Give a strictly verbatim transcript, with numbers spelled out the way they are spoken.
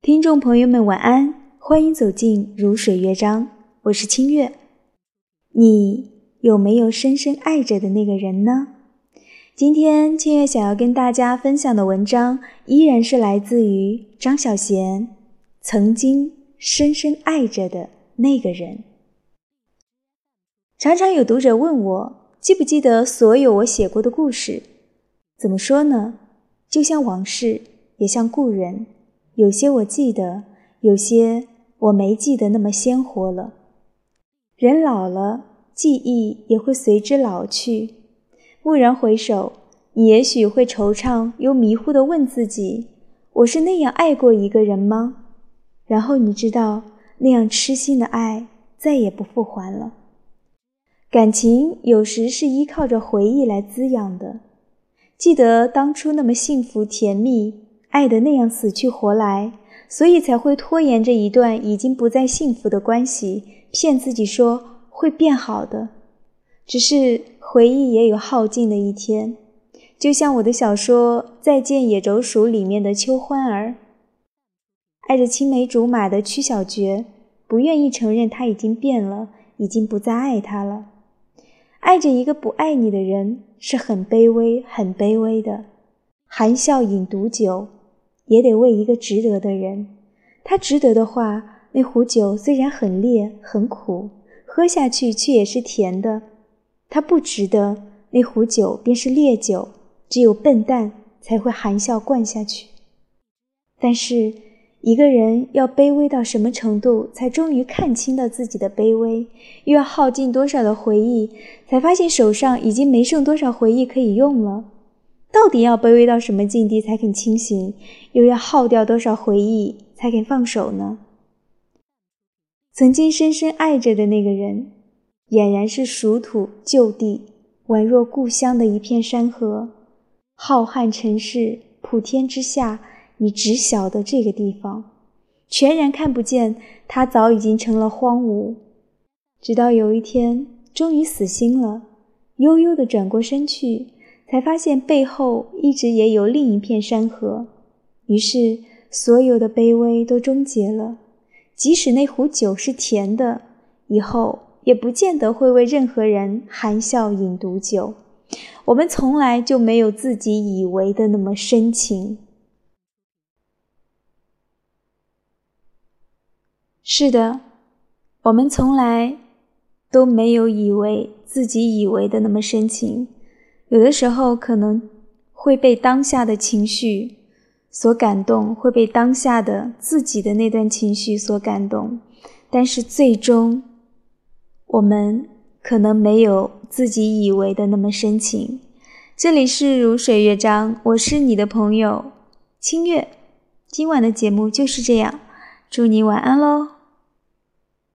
听众朋友们晚安，欢迎走进如水乐章，我是清月。你有没有深深爱着的那个人呢？今天清月想要跟大家分享的文章依然是来自于张小娴，曾经深深爱着的那个人。常常有读者问我，记不记得所有我写过的故事？怎么说呢？就像往事，也像故人，有些我记得，有些我没记得那么鲜活了。人老了，记忆也会随之老去。蓦然回首，你也许会惆怅又迷糊地问自己，我是那样爱过一个人吗？然后你知道，那样痴心的爱再也不复还了。感情有时是依靠着回忆来滋养的，记得当初那么幸福甜蜜，爱得那样死去活来，所以才会拖延着一段已经不再幸福的关系，骗自己说会变好的。只是回忆也有耗尽的一天，就像我的小说《再见野洲署》里面的邱欢儿，爱着青梅竹马的曲小蕨，不愿意承认他已经变了，已经不再爱他了。爱着一个不爱你的人是很卑微很卑微的，含笑饮毒酒也得为一个值得的人。他值得的话，那壶酒虽然很烈很苦，喝下去却也是甜的。他不值得，那壶酒便是烈酒，只有笨蛋才会含笑灌下去。但是一个人要卑微到什么程度才终于看清了自己的卑微，又要耗尽多少的回忆，才发现手上已经没剩多少回忆可以用了。到底要卑微到什么境地才肯清醒，又要耗掉多少回忆才肯放手呢？曾经深深爱着的那个人，俨然是属土旧地，宛若故乡的一片山河。浩瀚尘世，普天之下，你只晓得这个地方，全然看不见它早已经成了荒芜。直到有一天终于死心了，悠悠地转过身去，才发现背后一直也有另一片山河。于是所有的卑微都终结了，即使那壶酒是甜的，以后也不见得会为任何人含笑饮毒酒。我们从来就没有自己以为的那么深情。是的，我们从来都没有以为自己以为的那么深情。有的时候可能会被当下的情绪所感动，会被当下的自己的那段情绪所感动，但是最终我们可能没有自己以为的那么深情。这里是如水乐章，我是你的朋友清月。今晚的节目就是这样，祝你晚安咯。